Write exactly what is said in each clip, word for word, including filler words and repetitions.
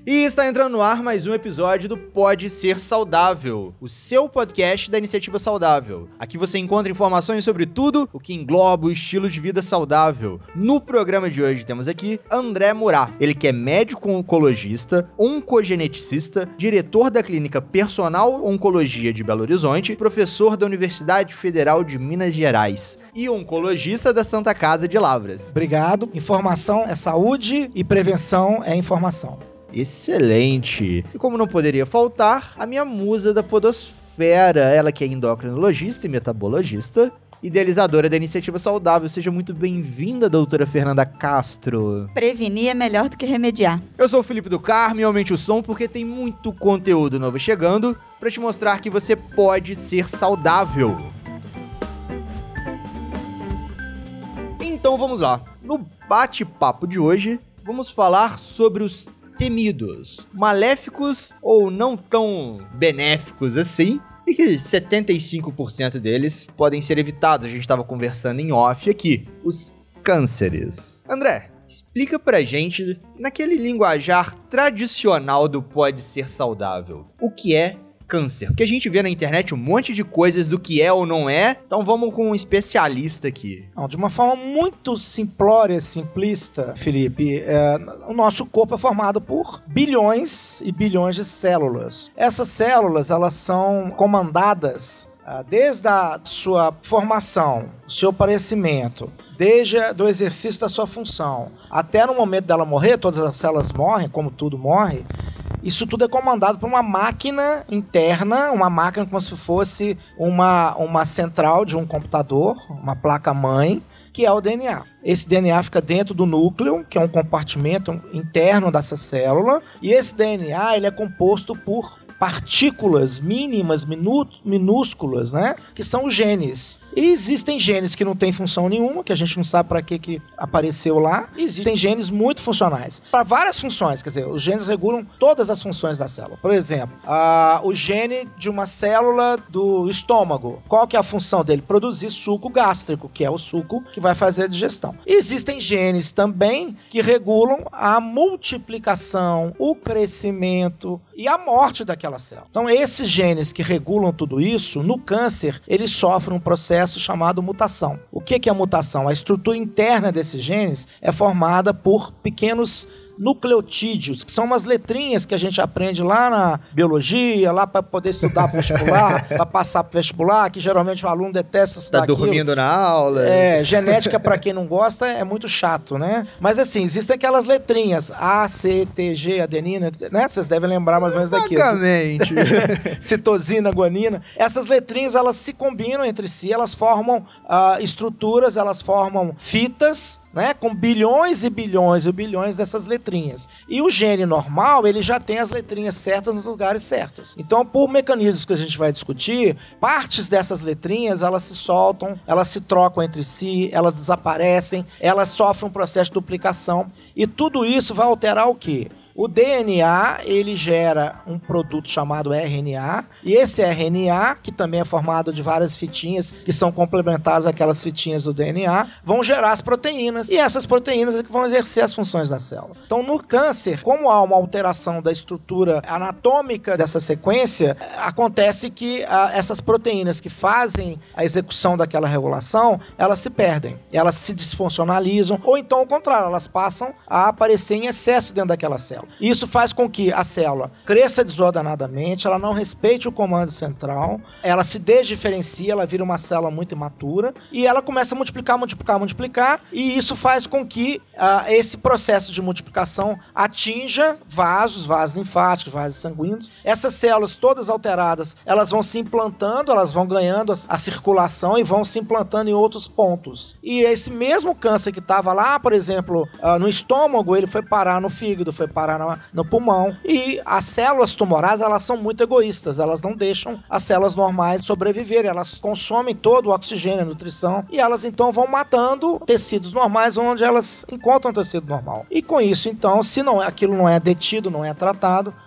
E está entrando no ar mais um episódio do Pode Ser Saudável, o seu podcast da Iniciativa Saudável. Aqui você encontra informações sobre tudo o que engloba o estilo de vida saudável. No programa de hoje temos aqui André Murat, ele que é médico oncologista, oncogeneticista, diretor da clínica Personal Oncologia de Belo Horizonte, professor da Universidade Federal de Minas Gerais e oncologista da Santa Casa de Lavras. Obrigado. Informação é saúde e prevenção é informação. Excelente! E como não poderia faltar, a minha musa da podosfera, ela que é endocrinologista e metabologista, idealizadora da Iniciativa Saudável. Seja muito bem-vinda, doutora Fernanda Castro. Prevenir é melhor do que remediar. Eu sou o Felipe do Carmo e aumente o som porque tem muito conteúdo novo chegando para te mostrar que você pode ser saudável. Então vamos lá. No bate-papo de hoje, vamos falar sobre os temidos, maléficos ou não tão benéficos assim, e que setenta e cinco por cento deles podem ser evitados. A gente estava conversando em off aqui. Os cânceres. André, explica pra gente, naquele linguajar tradicional do pode ser saudável, o que é câncer? Porque a gente vê na internet um monte de coisas do que é ou não é, então vamos com um especialista aqui. Não, de uma forma muito simplória, simplista, Felipe, é, o nosso corpo é formado por bilhões e bilhões de células. Essas células, elas são comandadas ah, desde a sua formação, o seu aparecimento, desde o exercício da sua função, até no momento dela morrer, todas as células morrem, como tudo morre. Isso tudo é comandado por uma máquina interna, uma máquina como se fosse uma, uma central de um computador, uma placa-mãe, que é o D N A. Esse D N A fica dentro do núcleo, que é um compartimento interno dessa célula, e esse D N A ele é composto por partículas mínimas, minú- minúsculas, né? Que são os genes. E existem genes que não têm função nenhuma, que a gente não sabe para que que apareceu lá. E existem genes muito funcionais, para várias funções. Quer dizer, os genes regulam todas as funções da célula. Por exemplo, a, o gene de uma célula do estômago. Qual que é a função dele? Produzir suco gástrico, que é o suco que vai fazer a digestão. E existem genes também que regulam a multiplicação, o crescimento e a morte daquela célula. Então, esses genes que regulam tudo isso, no câncer, eles sofrem um processo chamado mutação. O que que é a mutação? A estrutura interna desses genes é formada por pequenos nucleotídeos, que são umas letrinhas que a gente aprende lá na biologia, lá para poder estudar pro vestibular, para passar pro vestibular, que geralmente o aluno detesta estudar Tá dormindo aquilo. na aula. É, genética para quem não gosta é muito chato, né? Mas assim, existem aquelas letrinhas A, C, T, G, adenina, né? Vocês devem lembrar mais ou menos daquilo. Vagamente. Citosina, guanina. Essas letrinhas, elas se combinam entre si, elas formam uh, estruturas, elas formam fitas, né, com bilhões e bilhões e bilhões dessas letrinhas. E o gene normal, ele já tem as letrinhas certas nos lugares certos. Então, por mecanismos que a gente vai discutir, partes dessas letrinhas, elas se soltam, elas se trocam entre si, elas desaparecem, elas sofrem um processo de duplicação. E tudo isso vai alterar o quê? O D N A, ele gera um produto chamado R N A, e esse R N A, que também é formado de várias fitinhas, que são complementares àquelas fitinhas do D N A, vão gerar as proteínas, e essas proteínas é que vão exercer as funções da célula. Então, no câncer, como há uma alteração da estrutura anatômica dessa sequência, acontece que a, essas proteínas que fazem a execução daquela regulação, elas se perdem, elas se disfuncionalizam, ou então, ao contrário, elas passam a aparecer em excesso dentro daquela célula. Isso faz com que a célula cresça desordenadamente, ela não respeite o comando central, ela se desdiferencia, ela vira uma célula muito imatura e ela começa a multiplicar, multiplicar, multiplicar, e isso faz com que uh, esse processo de multiplicação atinja vasos, vasos linfáticos, vasos sanguíneos. Essas células todas alteradas, elas vão se implantando, elas vão ganhando a, a circulação e vão se implantando em outros pontos. E esse mesmo câncer que estava lá, por exemplo, uh, no estômago, ele foi parar no fígado, foi parar no, no pulmão. E as células tumorais, elas são muito egoístas, elas não deixam as células normais sobreviverem, elas consomem todo o oxigênio, a nutrição, e elas então vão matando tecidos normais onde elas encontram tecido normal. E com isso, então, se não, aquilo não é detido, não é tratado,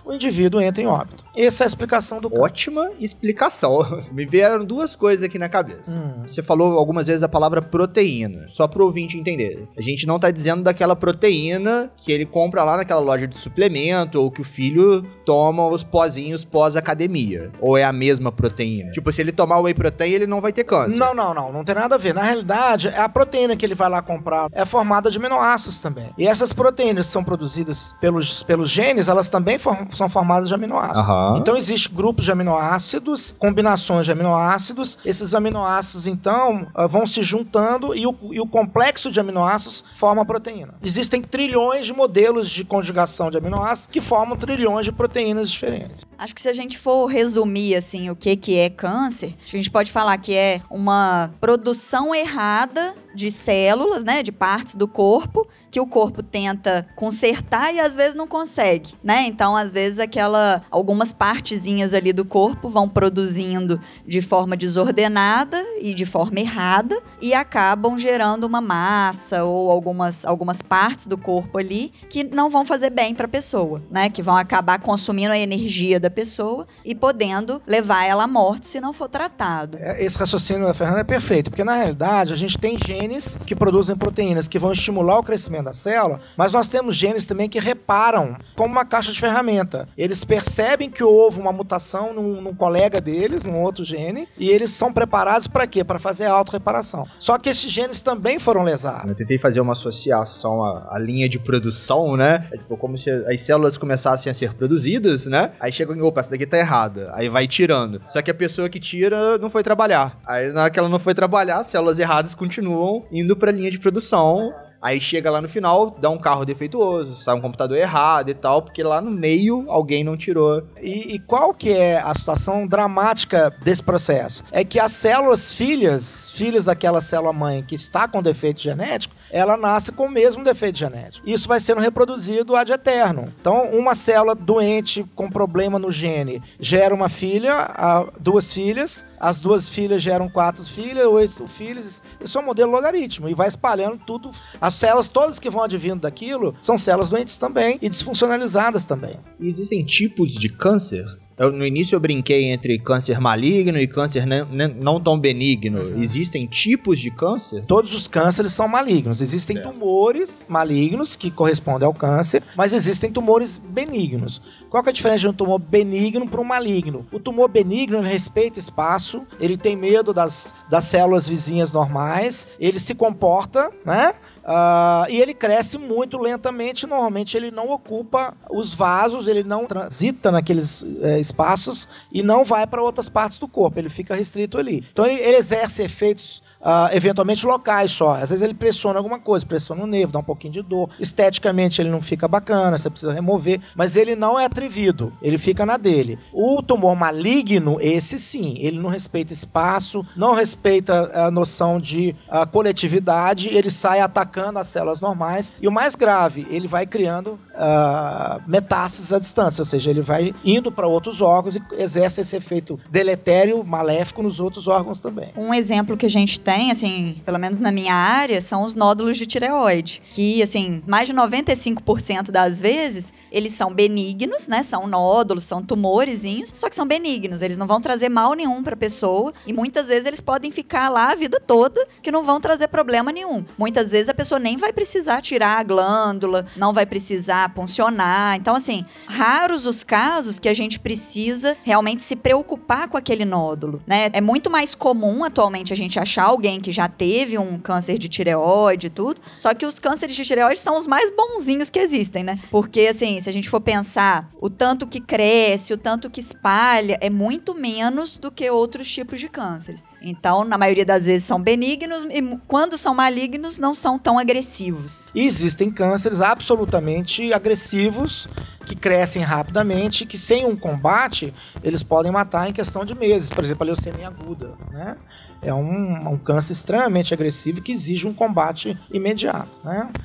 o indivíduo entra em óbito. Essa é a explicação do câncer. Ótima explicação. Me vieram duas coisas aqui na cabeça. Hum. Você falou algumas vezes a palavra proteína, só pro ouvinte entender. A gente não tá dizendo daquela proteína que ele compra lá naquela loja de suplemento ou que o filho toma os pozinhos pós-academia. Ou é a mesma proteína? Tipo, se ele tomar whey protein, ele não vai ter câncer. Não, não, não. Não tem nada a ver. Na realidade, a proteína que ele vai lá comprar é formada de aminoácidos também. E essas proteínas que são produzidas pelos, pelos genes, elas também for, são formadas de aminoácidos. Uhum. Então, existem grupos de aminoácidos, combinações de aminoácidos. Esses aminoácidos, então, vão se juntando e o, e o complexo de aminoácidos forma a proteína. Existem trilhões de modelos de conjugação de aminoácidos que formam trilhões de proteínas diferentes. Acho que se a gente for resumir, assim, o que, que é câncer, acho que a gente pode falar que é uma produção errada de células, né, de partes do corpo, que o corpo tenta consertar e às vezes não consegue, né? Então, às vezes, aquela, algumas partezinhas ali do corpo vão produzindo de forma desordenada e de forma errada e acabam gerando uma massa ou algumas, algumas partes do corpo ali que não vão fazer bem para a pessoa, né? Que vão acabar consumindo a energia da pessoa e podendo levar ela à morte se não for tratado. Esse raciocínio da Fernanda é perfeito, porque na realidade a gente tem genes que produzem proteínas que vão estimular o crescimento da célula, mas nós temos genes também que reparam como uma caixa de ferramenta. Eles percebem que houve uma mutação num, num colega deles, num outro gene, e eles são preparados para quê? Para fazer a autorreparação. Só que esses genes também foram lesados. Eu tentei fazer uma associação à, à linha de produção, né? É tipo como se as células começassem a ser produzidas, né? Aí chegam em, opa, essa daqui tá errada. Aí vai tirando. Só que a pessoa que tira não foi trabalhar. Aí na hora que ela não foi trabalhar, as células erradas continuam indo pra linha de produção. Aí chega lá no final, dá um carro defeituoso, sai um computador errado e tal, porque lá no meio alguém não tirou. E, e qual que é a situação dramática desse processo? É que as células filhas, filhas daquela célula mãe que está com defeito genético, ela nasce com o mesmo defeito genético. Isso vai sendo reproduzido ad eterno. Então, uma célula doente com problema no gene gera uma filha, duas filhas, as duas filhas geram quatro filhas, oito filhos. Isso é um modelo logaritmo e vai espalhando tudo. As células todas que vão advindo daquilo são células doentes também e disfuncionalizadas também. E existem tipos de câncer? Eu, no início eu brinquei entre câncer maligno e câncer não, não tão benigno. Uhum. Existem tipos de câncer? Todos os cânceres são malignos. Existem certo. tumores malignos que correspondem ao câncer, mas existem tumores benignos. Qual que é a diferença de um tumor benigno para um maligno? O tumor benigno ele respeita espaço, ele tem medo das, das células vizinhas normais, ele se comporta, né? Uh, e ele cresce muito lentamente. Normalmente ele não ocupa os vasos, ele não transita naqueles é, espaços e não vai para outras partes do corpo, ele fica restrito ali. Então ele, ele exerce efeitos uh, eventualmente locais só. Às vezes ele pressiona alguma coisa, pressiona o nervo, dá um pouquinho de dor. Esteticamente ele não fica bacana, você precisa remover, mas ele não é atrevido, ele fica na dele. O tumor maligno, esse sim, ele não respeita espaço, não respeita a noção de uh, coletividade, ele sai atacando as células normais, e o mais grave, ele vai criando uh, metástases à distância, ou seja, ele vai indo para outros órgãos e exerce esse efeito deletério, maléfico nos outros órgãos também. Um exemplo que a gente tem, assim, pelo menos na minha área, são os nódulos de tireoide, que, assim, mais de noventa e cinco por cento das vezes, eles são benignos, né, são nódulos, são tumorezinhos, só que são benignos, eles não vão trazer mal nenhum para a pessoa, e muitas vezes eles podem ficar lá a vida toda, que não vão trazer problema nenhum. Muitas vezes a pessoa nem vai precisar tirar a glândula, não vai precisar puncionar. Então, assim, raros os casos que a gente precisa realmente se preocupar com aquele nódulo, né? É muito mais comum atualmente a gente achar alguém que já teve um câncer de tireoide e tudo, só que os cânceres de tireoide são os mais bonzinhos que existem, né? Porque, assim, se a gente for pensar o tanto que cresce, o tanto que espalha, é muito menos do que outros tipos de cânceres. Então, na maioria das vezes são benignos e quando são malignos não são tão agressivos. E existem cânceres absolutamente agressivos que crescem rapidamente, que sem um combate eles podem matar em questão de meses. Por exemplo, a leucemia aguda, né? É um, um câncer extremamente agressivo que exige um combate imediato, né?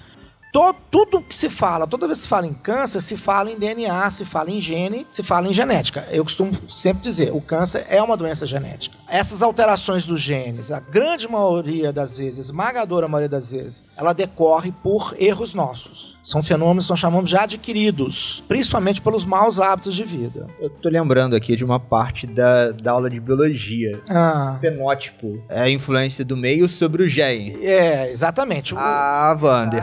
To, tudo que se fala, toda vez que se fala em câncer, se fala em D N A, se fala em gene, se fala em genética. Eu costumo sempre dizer, o câncer é uma doença genética. Essas alterações dos genes, a grande maioria das vezes, esmagadora maioria das vezes, ela decorre por erros nossos. São fenômenos que nós chamamos de adquiridos, principalmente pelos maus hábitos de vida. Eu tô lembrando aqui de uma parte da, da aula de biologia. Ah. Fenótipo. É a influência do meio sobre o gene. É, exatamente. Ah, Wander.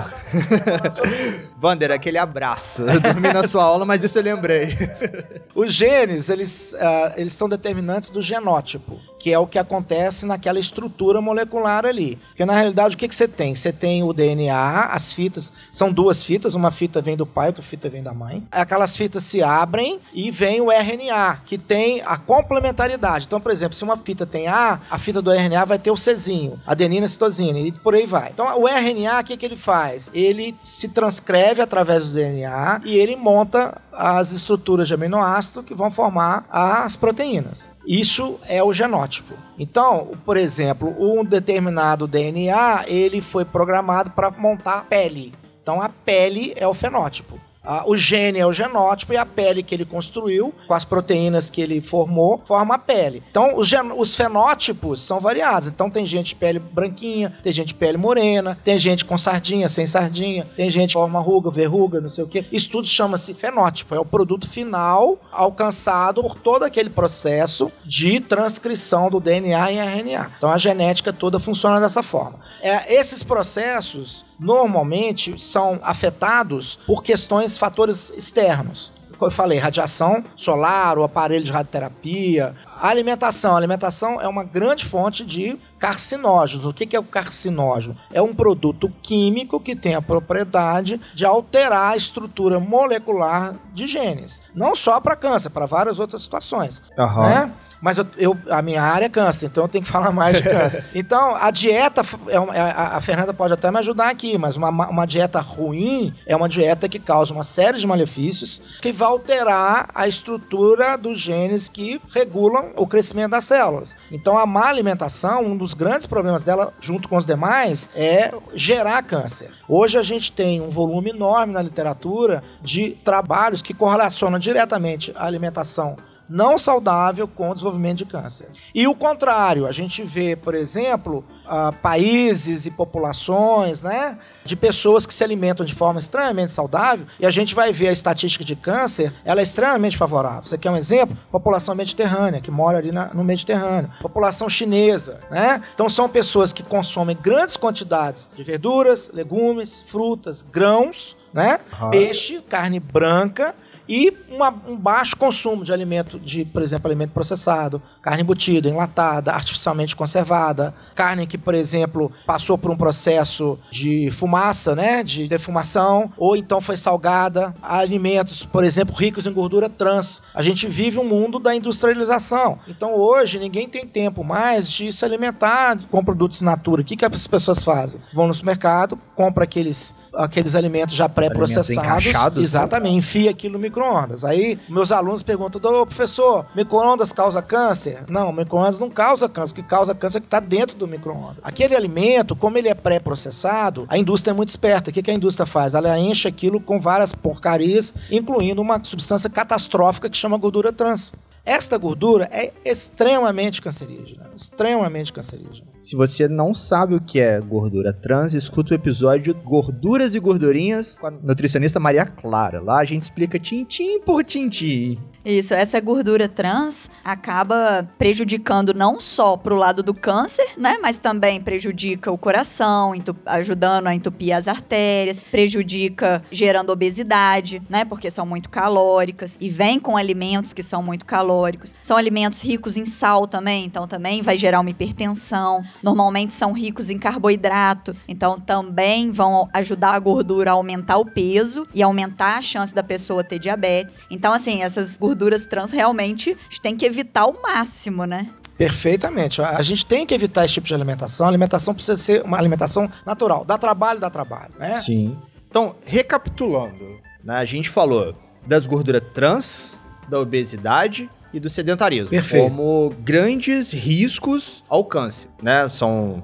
Wander, aquele abraço. Eu dormi na sua aula, mas isso eu lembrei. Os genes, eles, uh, eles são determinantes do genótipo, que é o que acontece naquela estrutura molecular ali. Porque, na realidade, o que, que você tem? Você tem o D N A, as fitas, são duas fitas, uma fita vem do pai, outra fita vem da mãe. Aquelas fitas se abrem e vem o R N A, que tem a complementaridade. Então, por exemplo, se uma fita tem A, a fita do R N A vai ter o Czinho, adenina, citosina, e por aí vai. Então, o R N A, o que, que ele faz? Ele se transcreve através do D N A e ele monta as estruturas de aminoácido que vão formar as proteínas. Isso é o genótipo. Então, por exemplo, um determinado D N A, ele foi programado para montar a pele. Então, a pele é o fenótipo. Ah, o gene é o genótipo e a pele que ele construiu, com as proteínas que ele formou, forma a pele. Então, os, gen- os fenótipos são variados. Então, tem gente de pele branquinha, tem gente de pele morena, tem gente com sardinha, sem sardinha, tem gente que forma ruga, verruga, não sei o quê. Isso tudo chama-se fenótipo. É o produto final alcançado por todo aquele processo de transcrição do D N A em R N A. Então, a genética toda funciona dessa forma. É, esses processos normalmente são afetados por questões, fatores externos. Como eu falei, radiação solar, o aparelho de radioterapia, a alimentação. A alimentação é uma grande fonte de carcinógenos. O que é o carcinógeno? É um produto químico que tem a propriedade de alterar a estrutura molecular de genes. Não só para câncer, para várias outras situações. Uhum. Né? Mas eu, eu, a minha área é câncer, então eu tenho que falar mais de câncer. Então, a dieta, é uma, a, a Fernanda pode até me ajudar aqui, mas uma, uma dieta ruim é uma dieta que causa uma série de malefícios que vai alterar a estrutura dos genes que regulam o crescimento das células. Então, a má alimentação, um dos grandes problemas dela, junto com os demais, é gerar câncer. Hoje a gente tem um volume enorme na literatura de trabalhos que correlacionam diretamente a alimentação não saudável com o desenvolvimento de câncer. E o contrário, a gente vê, por exemplo, uh, países e populações, né, de pessoas que se alimentam de forma extremamente saudável, e a gente vai ver a estatística de câncer, ela é extremamente favorável. Você quer um exemplo? População mediterrânea, que mora ali na, no Mediterrâneo. População chinesa, né? Então são pessoas que consomem grandes quantidades de verduras, legumes, frutas, grãos, né? Ah. Peixe, carne branca, e uma, um baixo consumo de alimento, de, por exemplo, alimento processado, carne embutida, enlatada, artificialmente conservada, carne que, por exemplo, passou por um processo de fumaça, né, de defumação, ou então foi salgada, alimentos, por exemplo, ricos em gordura trans. A gente vive um mundo da industrialização. Então, hoje, ninguém tem tempo mais de se alimentar com produtos in natura. O que, que as pessoas fazem? Vão no supermercado, compram aqueles, aqueles alimentos já pré-processados. Exatamente, né? Enfia aquilo no micro micro-ondas. Aí meus alunos perguntam, ô professor, micro-ondas causa câncer? Não, micro-ondas não causa câncer, o que causa câncer é que está dentro do micro-ondas. Aquele alimento, como ele é pré-processado, a indústria é muito esperta. O que, que a indústria faz? Ela enche aquilo com várias porcarias, incluindo uma substância catastrófica que chama gordura trans. Esta gordura é extremamente cancerígena, extremamente cancerígena. Se você não sabe o que é gordura trans, escuta o episódio Gorduras e Gordurinhas com a nutricionista Maria Clara. Lá a gente explica tintim por tintim. Isso, essa gordura trans acaba prejudicando não só pro lado do câncer, né? Mas também prejudica o coração, entup- ajudando a entupir as artérias, prejudica gerando obesidade, né? Porque são muito calóricas e vem com alimentos que são muito calóricos. São alimentos ricos em sal também, então também vai gerar uma hipertensão. Normalmente são ricos em carboidrato, então também vão ajudar a gordura a aumentar o peso e aumentar a chance da pessoa ter diabetes. Então, assim, essas gorduras gorduras trans realmente a gente tem que evitar ao máximo, né? Perfeitamente. A gente tem que evitar esse tipo de alimentação. A alimentação precisa ser uma alimentação natural. Dá trabalho, dá trabalho, né? Sim. Então, recapitulando, né, a gente falou das gorduras trans, da obesidade e do sedentarismo. Perfeito. Como grandes riscos ao câncer, né? São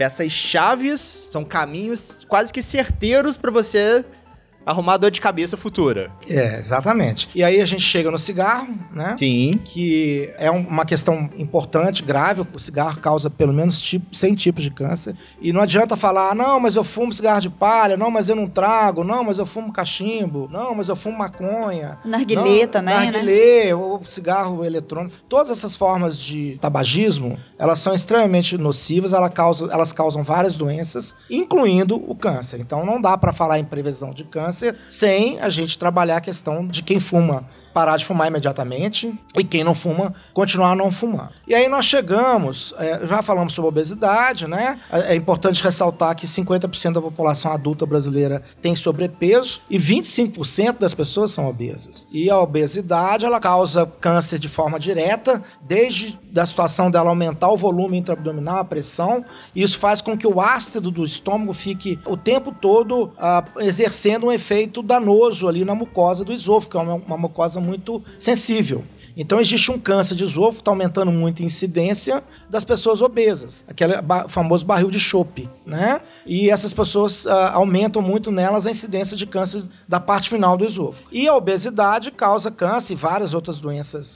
peças chaves, são caminhos quase que certeiros pra você arrumar dor de cabeça futura. É, exatamente. E aí a gente chega no cigarro, né? Sim. Que é um- uma questão importante, grave. O cigarro causa pelo menos tipo, cem tipos de câncer. E não adianta falar, ah, não, mas eu fumo cigarro de palha, não, mas eu não trago, não, mas eu fumo cachimbo, não, mas eu fumo maconha. Narguilé não, também, né? narguilé, ou cigarro eletrônico. Todas essas formas de tabagismo, elas são extremamente nocivas, ela causa, elas causam várias doenças, incluindo o câncer. Então não dá para falar em prevenção de câncer sem a gente trabalhar a questão de quem fuma parar de fumar imediatamente e quem não fuma, continuar a não fumar. E aí nós chegamos, é, já falamos sobre obesidade, né? É, é importante ressaltar que cinquenta por cento da população adulta brasileira tem sobrepeso e vinte e cinco por cento das pessoas são obesas. E a obesidade, ela causa câncer de forma direta, desde da situação dela aumentar o volume intraabdominal, a pressão, e isso faz com que o ácido do estômago fique o tempo todo ah, exercendo um efeito danoso ali na mucosa do esôfago, que é uma, uma mucosa muito sensível. Então existe um câncer de esôfago, está aumentando muito a incidência das pessoas obesas, aquele ba- famoso barril de chope, né? E essas pessoas ah, aumentam muito nelas a incidência de câncer da parte final do esôfago. E a obesidade causa câncer e várias outras doenças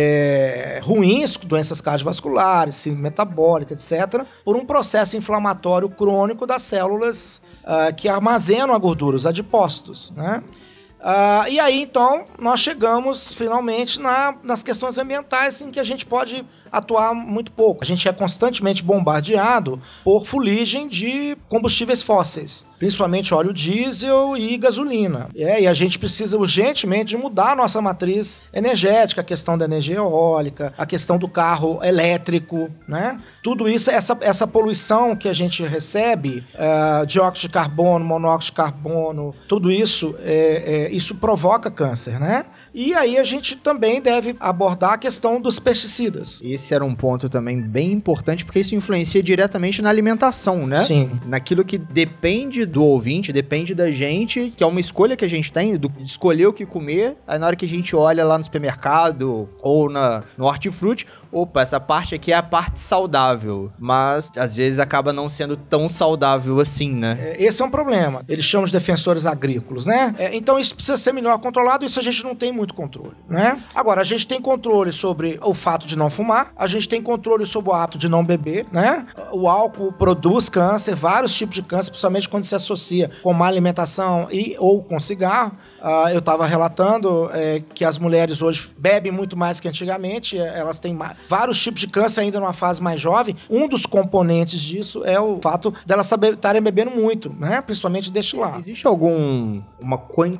É, ruins, doenças cardiovasculares, síndrome metabólica, etcétera, por um processo inflamatório crônico das células ah, que armazenam a gordura, os adipócitos, né? Ah, e aí, então, nós chegamos finalmente na, nas questões ambientais em que a gente pode atuar muito pouco. A gente é constantemente bombardeado por fuligem de combustíveis fósseis, principalmente óleo diesel e gasolina. É, e a gente precisa urgentemente de mudar a nossa matriz energética, a questão da energia eólica, a questão do carro elétrico, né? Tudo isso, essa, essa poluição que a gente recebe, uh, dióxido de carbono, monóxido de carbono, tudo isso, é, é, isso provoca câncer, né? E aí a gente também deve abordar a questão dos pesticidas. Esse era um ponto também bem importante, porque isso influencia diretamente na alimentação, né? Sim. Naquilo que depende do ouvinte, depende da gente, que é uma escolha que a gente tem, do, de escolher o que comer. Aí na hora que a gente olha lá no supermercado ou na, no hortifruti, opa, essa parte aqui é a parte saudável, mas às vezes acaba não sendo tão saudável assim, né? É, esse é um problema. Eles chamam de defensores agrícolas, né? É, então isso precisa ser melhor controlado, isso a gente não tem muito controle, né? Agora, a gente tem controle sobre o fato de não fumar, a gente tem controle sobre o ato de não beber, né? O álcool produz câncer, vários tipos de câncer, principalmente quando se associa com má alimentação e ou com cigarro. Uh, eu estava relatando é, que as mulheres hoje bebem muito mais que antigamente, elas têm mais, vários tipos de câncer ainda numa fase mais jovem. Um dos componentes disso é o fato delas estarem bebendo muito, né? Principalmente destilado. Existe algum uma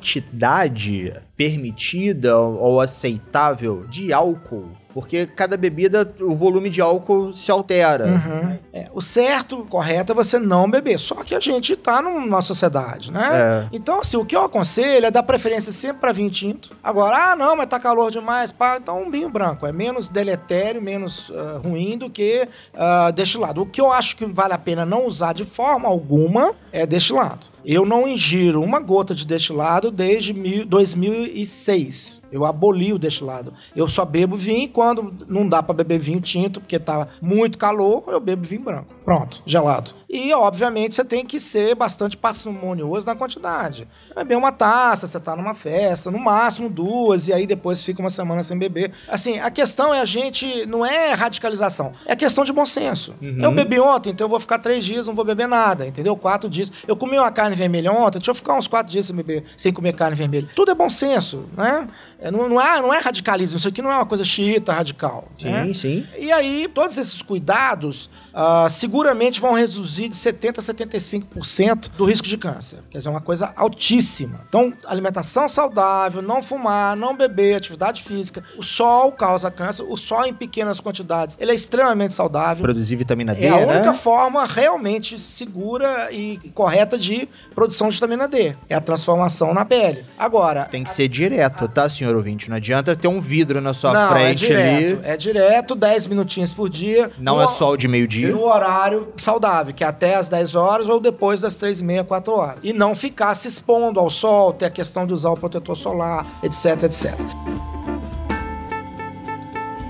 quantidade permitida ou aceitável de álcool? Porque cada bebida, o volume de álcool se altera. Uhum. É, o certo, o correto é você não beber. Só que a gente tá numa sociedade, né? É. Então, assim, o que eu aconselho é dar preferência sempre pra vinho tinto. Agora, ah, não, mas tá calor demais. Pá, então um vinho branco. É menos deletério, menos uh, ruim do que uh, destilado. O que eu acho que vale a pena não usar de forma alguma é destilado. Eu não ingiro uma gota de destilado desde dois mil e seis. Eu aboli o destilado. Eu só bebo vinho quando não dá pra beber vinho tinto, porque tá muito calor, eu bebo vinho branco. Pronto, gelado. E, obviamente, você tem que ser bastante parcimonioso na quantidade. Beber uma taça, você tá numa festa, no máximo duas, e aí depois fica uma semana sem beber. Assim, a questão é a gente... Não é radicalização, é questão de bom senso. Uhum. Eu bebi ontem, então eu vou ficar três dias, não vou beber nada, entendeu? Quatro dias. Eu comi uma carne vermelha ontem, deixa eu ficar uns quatro dias sem beber, sem comer carne vermelha. Tudo é bom senso, né? Não, não, é, não é radicalismo, isso aqui não é uma coisa xiita radical. Sim, né? sim. E aí, todos esses cuidados uh, seguramente vão reduzir de setenta por cento a setenta e cinco por cento do risco de câncer. Quer dizer, uma coisa altíssima. Então, alimentação saudável, não fumar, não beber, atividade física. O sol causa câncer, o sol em pequenas quantidades, ele é extremamente saudável. Produzir vitamina D, é a né? única forma realmente segura e correta de produção de vitamina D. É a transformação na pele. Agora... Tem que ser direto, tá, senhor ouvinte? Não adianta ter um vidro na sua não, frente é direto, ali. É direto, dez minutinhos por dia. Não no, é sol de meio-dia. No horário saudável, que é até as dez horas ou depois das três e meia, quatro horas. E não ficar se expondo ao sol, ter a questão de usar o protetor solar, etc, etcétera.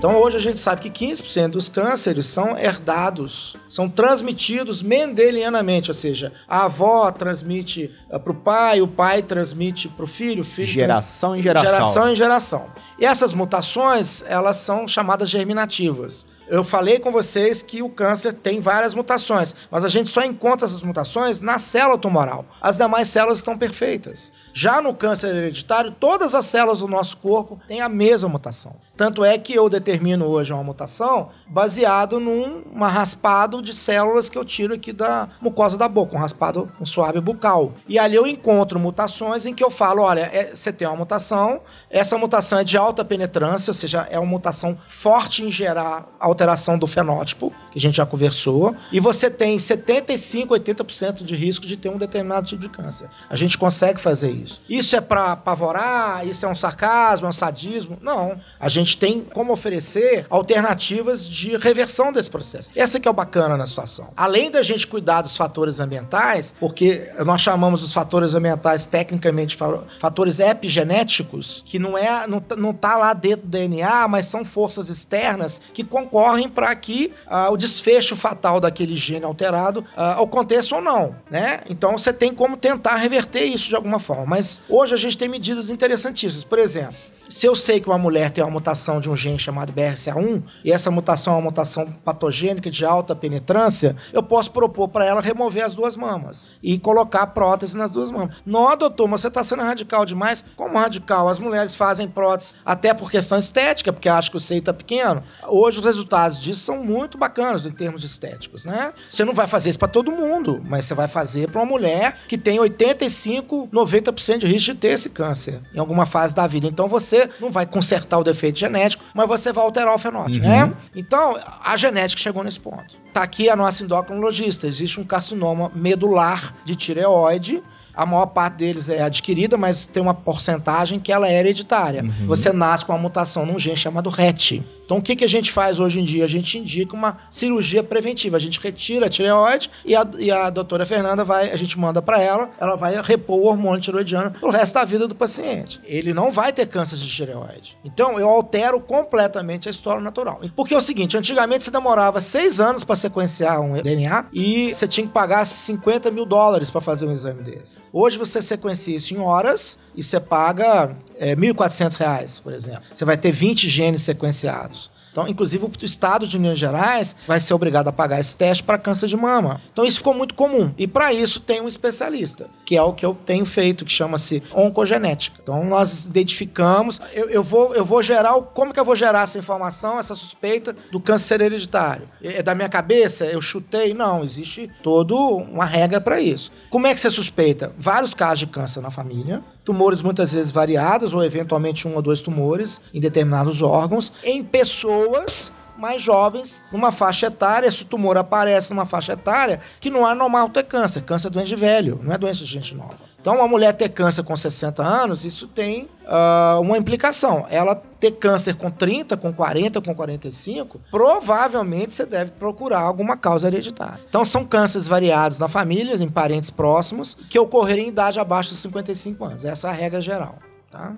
Então hoje a gente sabe que quinze por cento dos cânceres são herdados, são transmitidos mendelianamente, ou seja, a avó transmite uh, para o pai, o pai transmite para o filho, o filho... Geração em geração. Geração em geração. E essas mutações, elas são chamadas germinativas. Eu falei com vocês que o câncer tem várias mutações, mas a gente só encontra essas mutações na célula tumoral. As demais células estão perfeitas. Já no câncer hereditário, todas as células do nosso corpo têm a mesma mutação. Tanto é que eu determino hoje uma mutação baseado num um raspado de células que eu tiro aqui da mucosa da boca, um raspado, um suave bucal. E ali eu encontro mutações em que eu falo, olha, é, você tem uma mutação, essa mutação é de alta penetrância, ou seja, é uma mutação forte em gerar alteração do fenótipo, que a gente já conversou, e você tem setenta e cinco, oitenta por cento de risco de ter um determinado tipo de câncer. A gente consegue fazer isso. Isso é para apavorar? Isso é um sarcasmo, é um sadismo? Não. A gente tem como oferecer alternativas de reversão desse processo. Essa que é o bacana na situação. Além da gente cuidar dos fatores ambientais, porque nós chamamos os fatores ambientais tecnicamente fatores epigenéticos, que não é, não, não tá lá dentro do D N A, mas são forças externas que concorrem para que uh, o desfecho fatal daquele gene alterado uh, aconteça ou não, né? Então você tem como tentar reverter isso de alguma forma. Mas hoje a gente tem medidas interessantíssimas. Por exemplo, se eu sei que uma mulher tem uma mutação de um gene chamado B R C A um, e essa mutação é uma mutação patogênica de alta penetrância, eu posso propor para ela remover as duas mamas e colocar prótese nas duas mamas. Não, doutor, mas você está sendo radical demais. Como radical? As mulheres fazem prótese até por questão estética, porque acham que o seio está pequeno. Hoje os resultados disso são muito bacanas em termos estéticos, né? Você não vai fazer isso para todo mundo, mas você vai fazer para uma mulher que tem oitenta e cinco, noventa por cento de risco de ter esse câncer em alguma fase da vida. Então você não vai consertar o defeito genético, mas você vai alterar o fenótipo, uhum. né? Então, a genética chegou nesse ponto. Tá aqui a nossa endocrinologista. Existe um carcinoma medular de tireoide. A maior parte deles é adquirida, mas tem uma porcentagem que ela é hereditária. Uhum. Você nasce com uma mutação num gene chamado R E T. Então, o que, que a gente faz hoje em dia? A gente indica uma cirurgia preventiva. A gente retira a tireoide e a, e a doutora Fernanda vai, a gente manda para ela, ela vai repor o hormônio tireoidiano pro resto da vida do paciente. Ele não vai ter câncer de tireoide. Então, eu altero completamente a história natural. Porque é o seguinte, antigamente você demorava seis anos para sequenciar um D N A e você tinha que pagar cinquenta mil dólares para fazer um exame desse. Hoje você sequencia isso em horas e você paga é, mil e quatrocentos reais, por exemplo. Você vai ter vinte genes sequenciados. Então, inclusive, o estado de Minas Gerais vai ser obrigado a pagar esse teste para câncer de mama. Então, isso ficou muito comum. E, para isso, tem um especialista, que é o que eu tenho feito, que chama-se oncogenética. Então, nós identificamos... Eu, eu, vou, eu vou gerar... O, como que eu vou gerar essa informação, essa suspeita do câncer hereditário? É da minha cabeça? Eu chutei? Não, existe toda uma regra para isso. Como é que você suspeita? Vários casos de câncer na família, tumores muitas vezes variados, ou eventualmente um ou dois tumores em determinados órgãos, em pessoas mais jovens, numa faixa etária. Esse tumor aparece numa faixa etária que não é normal ter câncer. Câncer é doença de velho, não é doença de gente nova. Então, uma mulher ter câncer com sessenta anos, isso tem uh, uma implicação. Ela ter câncer com trinta, com quarenta, com quarenta e cinco, provavelmente você deve procurar alguma causa hereditária. Então, são cânceres variados na família, em parentes próximos, que ocorrerem em idade abaixo dos cinquenta e cinco anos. Essa é a regra geral, tá?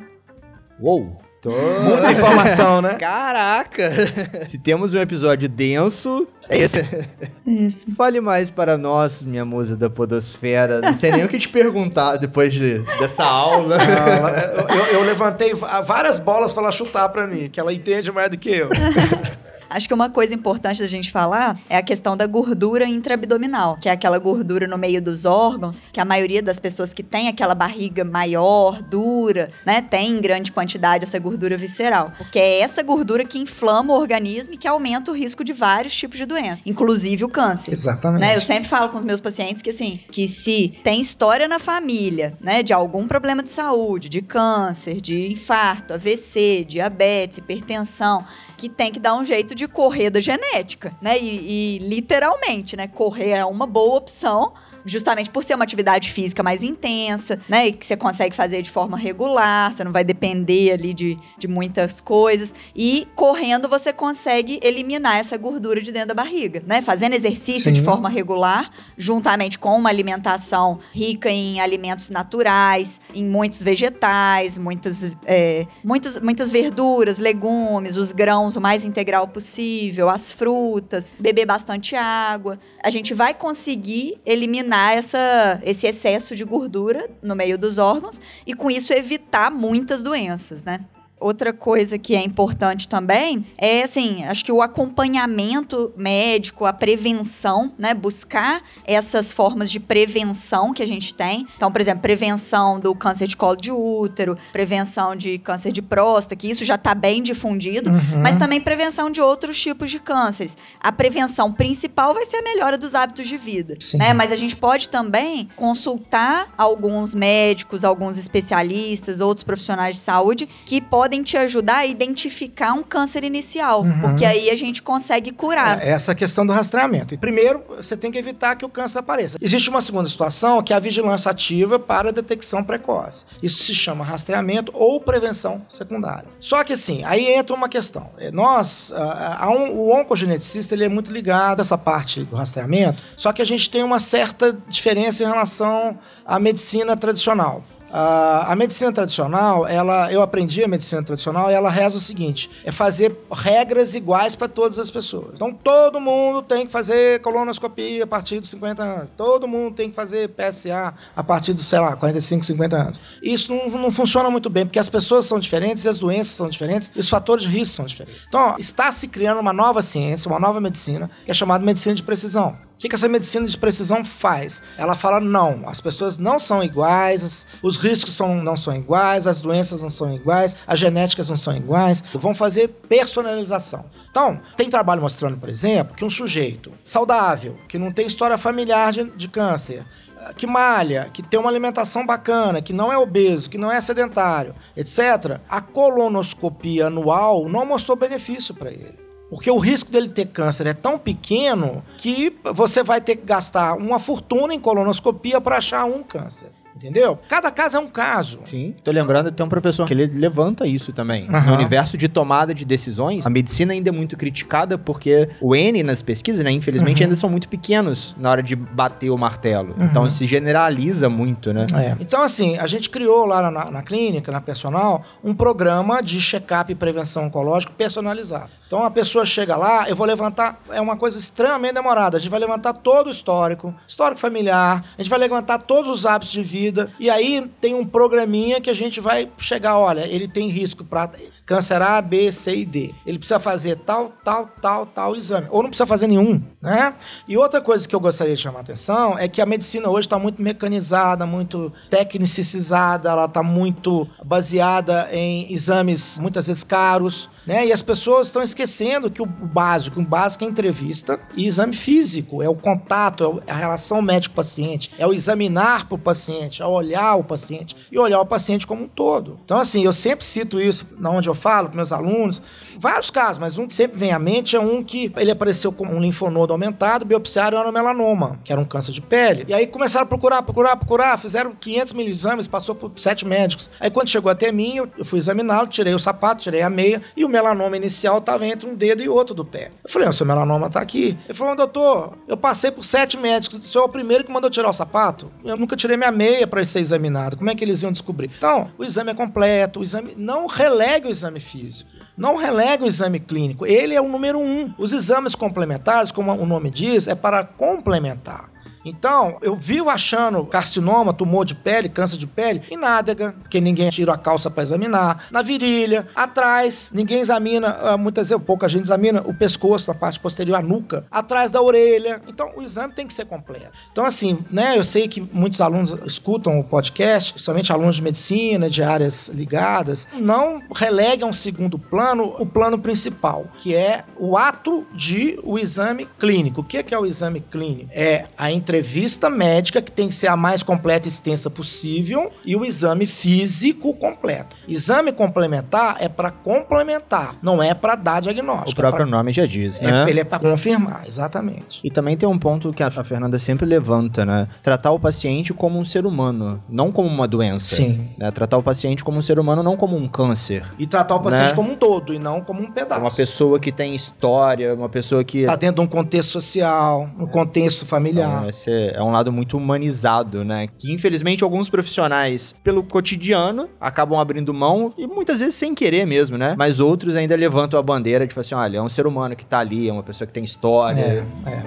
Uou! Tô... Muita informação, né? Caraca! Se temos um episódio denso, é esse. Isso. Fale mais para nós, minha musa da podosfera. Não sei nem o que te perguntar depois de, dessa aula. Ah, eu, eu levantei várias bolas para ela chutar para mim, que ela entende mais do que eu. Acho que uma coisa importante da gente falar é a questão da gordura intraabdominal, que é aquela gordura no meio dos órgãos, que a maioria das pessoas que tem aquela barriga maior, dura, né, tem em grande quantidade essa gordura visceral. Porque é essa gordura que inflama o organismo e que aumenta o risco de vários tipos de doença, inclusive o câncer. Exatamente. Né? Eu sempre falo com os meus pacientes que, assim, que se tem história na família, né, de algum problema de saúde, de câncer, de infarto, A V C, diabetes, hipertensão, que tem que dar um jeito de correr da genética, né? E, e literalmente, né? Correr é uma boa opção, justamente por ser uma atividade física mais intensa, né? E que você consegue fazer de forma regular, você não vai depender ali de, de muitas coisas. E correndo você consegue eliminar essa gordura de dentro da barriga, né? Fazendo exercício Sim. de forma regular, juntamente com uma alimentação rica em alimentos naturais, em muitos vegetais, muitos, é, muitos, muitas verduras, legumes, os grãos o mais integral possível, as frutas, beber bastante água. A gente vai conseguir eliminar essa, esse excesso de gordura no meio dos órgãos e, com isso, evitar muitas doenças, né? Outra coisa que é importante também é, assim, acho que o acompanhamento médico, a prevenção, né? Buscar essas formas de prevenção que a gente tem. Então, por exemplo, prevenção do câncer de colo de útero, prevenção de câncer de próstata, que isso já está bem difundido, uhum. mas também prevenção de outros tipos de cânceres. A prevenção principal vai ser a melhora dos hábitos de vida, né? Mas a gente pode também consultar alguns médicos, alguns especialistas, outros profissionais de saúde que podem te ajudar a identificar um câncer inicial, uhum. porque aí a gente consegue curar. É, essa questão do rastreamento. E primeiro, você tem que evitar que o câncer apareça. Existe uma segunda situação, que é a vigilância ativa para a detecção precoce. Isso se chama rastreamento ou prevenção secundária. Só que assim, aí entra uma questão. Nós, a, a um, o oncogeneticista, ele é muito ligado a essa parte do rastreamento, só que a gente tem uma certa diferença em relação à medicina tradicional. Uh, a medicina tradicional, ela, eu aprendi a medicina tradicional e ela reza o seguinte, é fazer regras iguais para todas as pessoas. Então, todo mundo tem que fazer colonoscopia a partir dos cinquenta anos. Todo mundo tem que fazer P S A a partir dos, sei lá, quarenta e cinco, cinquenta anos. Isso não, não funciona muito bem, porque as pessoas são diferentes e as doenças são diferentes e os fatores de risco são diferentes. Então, ó, está se criando uma nova ciência, uma nova medicina, que é chamada medicina de precisão. O que, que essa medicina de precisão faz? Ela fala, não, as pessoas não são iguais, as, os riscos são, não são iguais, as doenças não são iguais, as genéticas não são iguais, vão fazer personalização. Então, tem trabalho mostrando, por exemplo, que um sujeito saudável, que não tem história familiar de, de câncer, que malha, que tem uma alimentação bacana, que não é obeso, que não é sedentário, etcétera, a colonoscopia anual não mostrou benefício para ele. Porque o risco dele ter câncer é tão pequeno que você vai ter que gastar uma fortuna em colonoscopia para achar um câncer. Entendeu? Cada caso é um caso. Sim. Tô lembrando de ter um professor que ele levanta isso também. Uhum. No universo de tomada de decisões, a medicina ainda é muito criticada porque o N nas pesquisas, né, infelizmente, uhum. ainda são muito pequenos na hora de bater o martelo. Uhum. Então se generaliza muito, né? É. Então, assim, a gente criou lá na, na clínica, na personal, um programa de check-up e prevenção oncológica personalizado. Então a pessoa chega lá, eu vou levantar, é uma coisa extremamente demorada, a gente vai levantar todo o histórico, histórico familiar, a gente vai levantar todos os hábitos de vida, e aí tem um programinha que a gente vai chegar, olha, ele tem risco para câncer A, B, C e D. Ele precisa fazer tal, tal, tal, tal exame. Ou não precisa fazer nenhum, né? E outra coisa que eu gostaria de chamar a atenção é que a medicina hoje está muito mecanizada, muito tecnicizada, ela está muito baseada em exames muitas vezes caros, né? E as pessoas estão esquecendo que o básico, o básico é entrevista e exame físico, é o contato, é a relação médico-paciente, é o examinar para o paciente, é olhar o paciente e olhar o paciente como um todo. Então, assim, eu sempre cito isso na onde eu falo com meus alunos, vários casos, mas um que sempre vem à mente é um que ele apareceu com um linfonodo aumentado, biopsiaram era um melanoma, que era um câncer de pele. E aí começaram a procurar, procurar, procurar, fizeram quinhentos mil exames, passou por sete médicos. Aí quando chegou até mim, eu, eu fui examiná-lo, tirei o sapato, tirei a meia, e o melanoma inicial estava entre um dedo e outro do pé. Eu falei, o seu melanoma está aqui. Ele falou, doutor, eu passei por sete médicos, o senhor é o primeiro que mandou tirar o sapato? Eu nunca tirei minha meia para ser examinado. Como é que eles iam descobrir? Então, o exame é completo, o exame não relegue o exame físico. Não relega o exame clínico. Ele é o número um. Os exames complementares, como o nome diz, é para complementar. Então, eu vivo achando carcinoma, tumor de pele, câncer de pele, em nádega, porque ninguém tira a calça para examinar, na virilha, atrás, ninguém examina, muitas vezes, pouca gente examina o pescoço, na parte posterior, a nuca, atrás da orelha. Então, o exame tem que ser completo. Então, assim, né, eu sei que muitos alunos escutam o podcast, principalmente alunos de medicina, de áreas ligadas, não releguem a um segundo plano o plano principal, que é o ato de o exame clínico. O que é, que é o exame clínico? É a entrevista entrevista médica, que tem que ser a mais completa e extensa possível, e o exame físico completo. Exame complementar é para complementar, não é para dar diagnóstico. O próprio é pra... nome já diz, né? É, ele é para confirmar, exatamente. E também tem um ponto que a Fernanda sempre levanta, né? Tratar o paciente como um ser humano, não como uma doença. Sim. Né? Tratar o paciente como um ser humano, não como um câncer. E tratar o paciente né? como um todo, e não como um pedaço. Uma pessoa que tem história, uma pessoa que... Tá dentro de um contexto social, um contexto familiar. Então, esse é um lado muito humanizado, né? Que, infelizmente, alguns profissionais, pelo cotidiano, acabam abrindo mão, e muitas vezes sem querer mesmo, né? Mas outros ainda levantam a bandeira de, tipo assim, olha, é um ser humano que tá ali, é uma pessoa que tem história. É, é.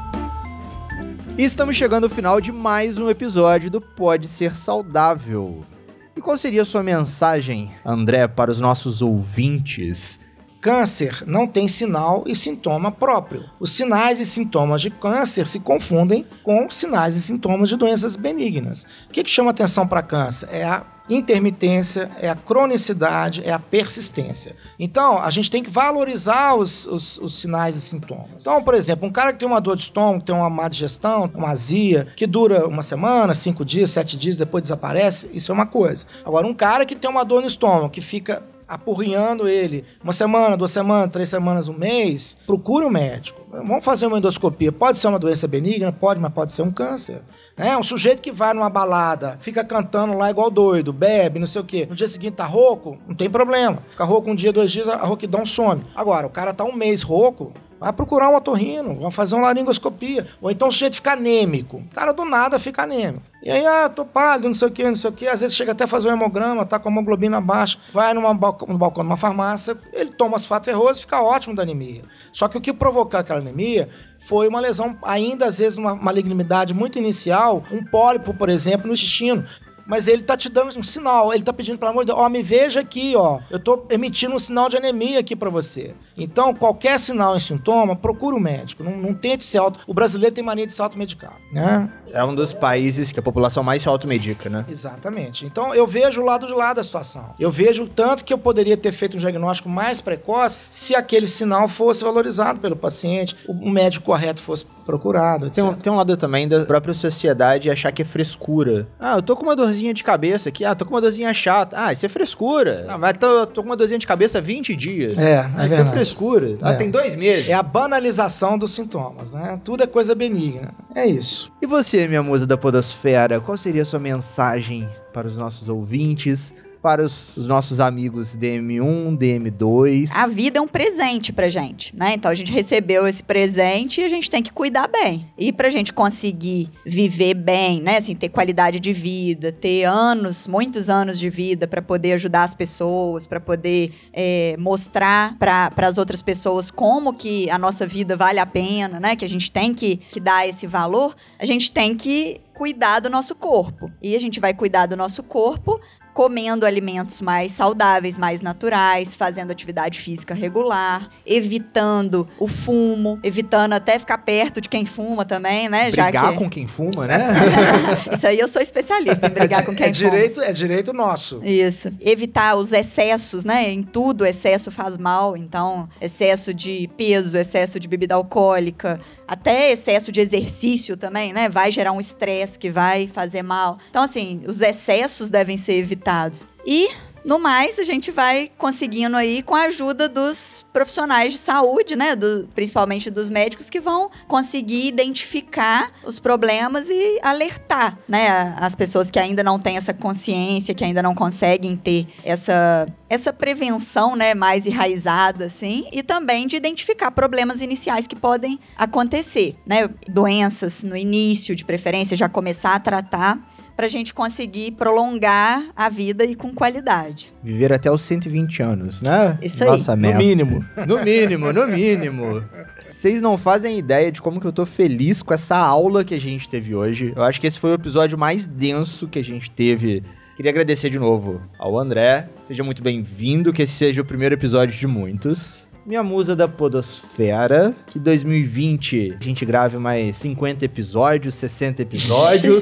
E estamos chegando ao final de mais um episódio do Pode Ser Saudável. E qual seria a sua mensagem, André, para os nossos ouvintes? Câncer não tem sinal e sintoma próprio. Os sinais e sintomas de câncer se confundem com sinais e sintomas de doenças benignas. O que, que chama atenção para câncer? É a intermitência, é a cronicidade, é a persistência. Então, a gente tem que valorizar os, os, os sinais e sintomas. Então, por exemplo, um cara que tem uma dor de estômago, tem uma má digestão, uma azia, que dura uma semana, cinco dias, sete dias, depois desaparece, isso é uma coisa. Agora, um cara que tem uma dor no estômago, que fica apurrinhando ele uma semana, duas semanas, três semanas, um mês, procure um médico. Vamos fazer uma endoscopia. Pode ser uma doença benigna? Pode, mas pode ser um câncer. É um sujeito que vai numa balada, fica cantando lá igual doido, bebe, não sei o quê. No dia seguinte tá rouco, não tem problema. Fica rouco um dia, dois dias, a rouquidão some. Agora, o cara tá um mês rouco, vai procurar um otorrino, vai fazer uma laringoscopia. Ou então o sujeito fica anêmico. O cara do nada fica anêmico. E aí, ah, tô pálido, não sei o que, não sei o que. Às vezes chega até a fazer um hemograma, tá com a hemoglobina baixa, vai numa balcão, no balcão de uma farmácia, ele toma asfato ferroso e fica ótimo da anemia. Só que o que provocou aquela anemia foi uma lesão, ainda às vezes uma malignidade muito inicial, um pólipo, por exemplo, no intestino. Mas ele tá te dando um sinal, ele tá pedindo, pelo amor de Deus, ó, me veja aqui, ó, eu tô emitindo um sinal de anemia aqui pra você. Então, qualquer sinal e sintoma, procura o médico, não, não tente se auto... O brasileiro tem mania de se automedicar, né? É um dos países que a população mais se automedica, né? Exatamente. Então, eu vejo o lado de lá da situação. Eu vejo o tanto que eu poderia ter feito um diagnóstico mais precoce se aquele sinal fosse valorizado pelo paciente, o médico correto fosse procurado, etcétera. Tem um, tem um lado também da própria sociedade achar que é frescura. Ah, eu tô com uma dorzinha de cabeça aqui. Ah, tô com uma dorzinha chata. Ah, isso é frescura. Ah, mas tô, tô com uma dorzinha de cabeça há vinte dias. É, ah, é isso verdade. é frescura. Ah, É. tem dois meses. É a banalização dos sintomas, né? Tudo é coisa benigna. É isso. E você, minha musa da podosfera, qual seria a sua mensagem para os nossos ouvintes, para os, os nossos amigos D M um, D M dois? A vida é um presente pra gente, né? Então a gente recebeu esse presente e a gente tem que cuidar bem. E pra gente conseguir viver bem, né? Assim, ter qualidade de vida, ter anos, muitos anos de vida pra poder ajudar as pessoas, pra poder é, mostrar para as outras pessoas como que a nossa vida vale a pena, né? Que a gente tem que, que dar esse valor, a gente tem que cuidar do nosso corpo. E a gente vai cuidar do nosso corpo comendo alimentos mais saudáveis, mais naturais, fazendo atividade física regular, evitando o fumo, evitando até ficar perto de quem fuma também, né? Brigar Já que... com quem fuma, né? Isso aí eu sou especialista em brigar com quem é fuma. direito, é direito nosso. Isso. Evitar os excessos, né? Em tudo, excesso faz mal. Então, excesso de peso, excesso de bebida alcoólica, até excesso de exercício também, né? Vai gerar um estresse que vai fazer mal. Então, assim, os excessos devem ser evitados. E, no mais, a gente vai conseguindo aí com a ajuda dos profissionais de saúde, né? Do, principalmente dos médicos, que vão conseguir identificar os problemas e alertar, né? As pessoas que ainda não têm essa consciência, que ainda não conseguem ter essa, essa prevenção, né? Mais enraizada, assim. E também de identificar problemas iniciais que podem acontecer, né? Doenças no início, de preferência, já começar a tratar, pra gente conseguir prolongar a vida e com qualidade. Viver até os cento e vinte anos, né? Isso aí. Nossa, No merda. mínimo. No mínimo, no mínimo. Vocês não fazem ideia de como que eu tô feliz com essa aula que a gente teve hoje. Eu acho que esse foi o episódio mais denso que a gente teve. Queria agradecer de novo ao André. Seja muito bem-vindo, que esse seja o primeiro episódio de muitos. Minha musa da podosfera, que dois mil e vinte a gente grave mais cinquenta episódios, sessenta episódios.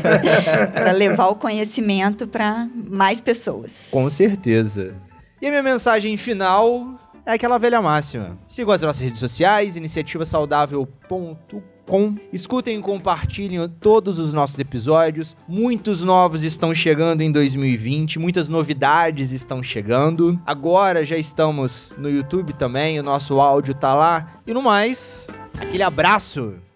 Para levar o conhecimento para mais pessoas. Com certeza. E a minha mensagem final é aquela velha máxima. Siga as nossas redes sociais, iniciativa saudável ponto com. Escutem e compartilhem todos os nossos episódios. Muitos novos estão chegando em dois mil e vinte, muitas novidades estão chegando. Agora já estamos no YouTube também, o nosso áudio tá lá. E no mais, aquele abraço!